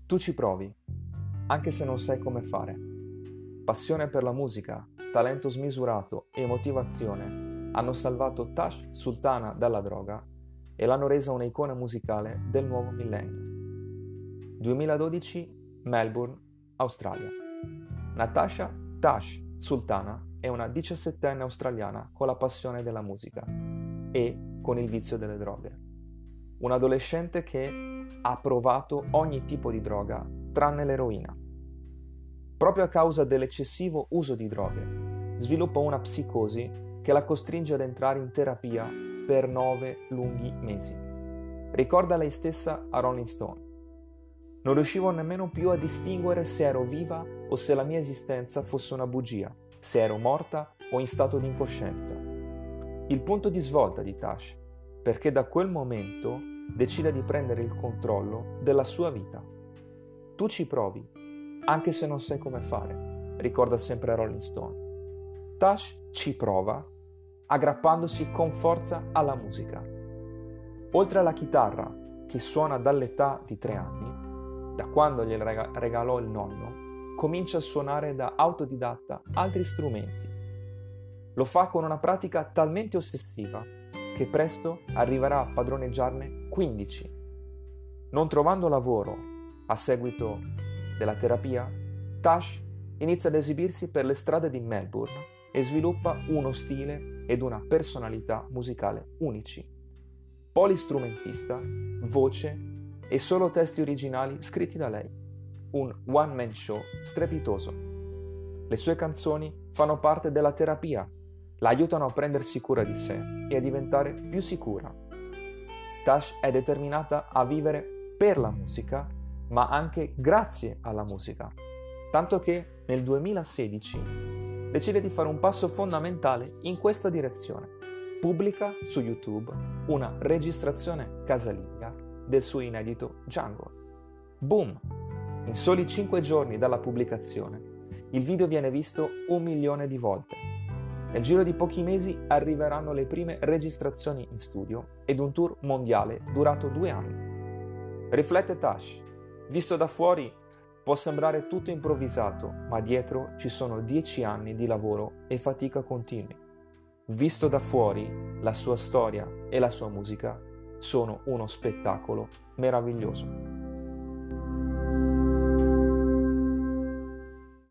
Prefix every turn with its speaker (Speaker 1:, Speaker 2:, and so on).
Speaker 1: Tu ci provi, anche se non sai come fare. Passione per la musica, talento smisurato e motivazione hanno salvato Tash Sultana dalla droga e l'hanno resa un'icona musicale del nuovo millennio. 2012, Melbourne, Australia. Natasha Tash Sultana è una 17enne australiana con la passione della musica e con il vizio delle droghe. Un adolescente che ha provato ogni tipo di droga tranne l'eroina. Proprio a causa dell'eccessivo uso di droghe, sviluppa una psicosi che la costringe ad entrare in terapia per 9 lunghi mesi. Ricorda lei stessa a Rolling Stone: non riuscivo nemmeno più a distinguere se ero viva o se la mia esistenza fosse una bugia, se ero morta o in stato di incoscienza. Il punto di svolta di Tash, perché da quel momento decide di prendere il controllo della sua vita. Tu ci provi, anche se non sai come fare, ricorda sempre Rolling Stone. Tash ci prova, aggrappandosi con forza alla musica. Oltre alla chitarra, che suona dall'età di 3 anni, da quando gliela regalò il nonno, comincia a suonare da autodidatta altri strumenti. Lo fa con una pratica talmente ossessiva che presto arriverà a padroneggiarne 15. Non trovando lavoro a seguito della terapia, Tash inizia ad esibirsi per le strade di Melbourne e sviluppa uno stile ed una personalità musicale unici. Polistrumentista, voce e solo testi originali scritti da lei. Un one-man show strepitoso. Le sue canzoni fanno parte della terapia, la aiutano a prendersi cura di sé e a diventare più sicura. Tash è determinata a vivere per la musica, ma anche grazie alla musica, tanto che nel 2016 decide di fare un passo fondamentale in questa direzione. Pubblica su YouTube una registrazione casalinga del suo inedito Jungle. Boom! In soli 5 giorni dalla pubblicazione, il video viene visto 1 milione di volte. Nel giro di pochi mesi arriveranno le prime registrazioni in studio ed un tour mondiale durato 2 anni. Riflette Tash: visto da fuori può sembrare tutto improvvisato, ma dietro ci sono 10 anni di lavoro e fatica continui. Visto da fuori, la sua storia e la sua musica sono uno spettacolo meraviglioso.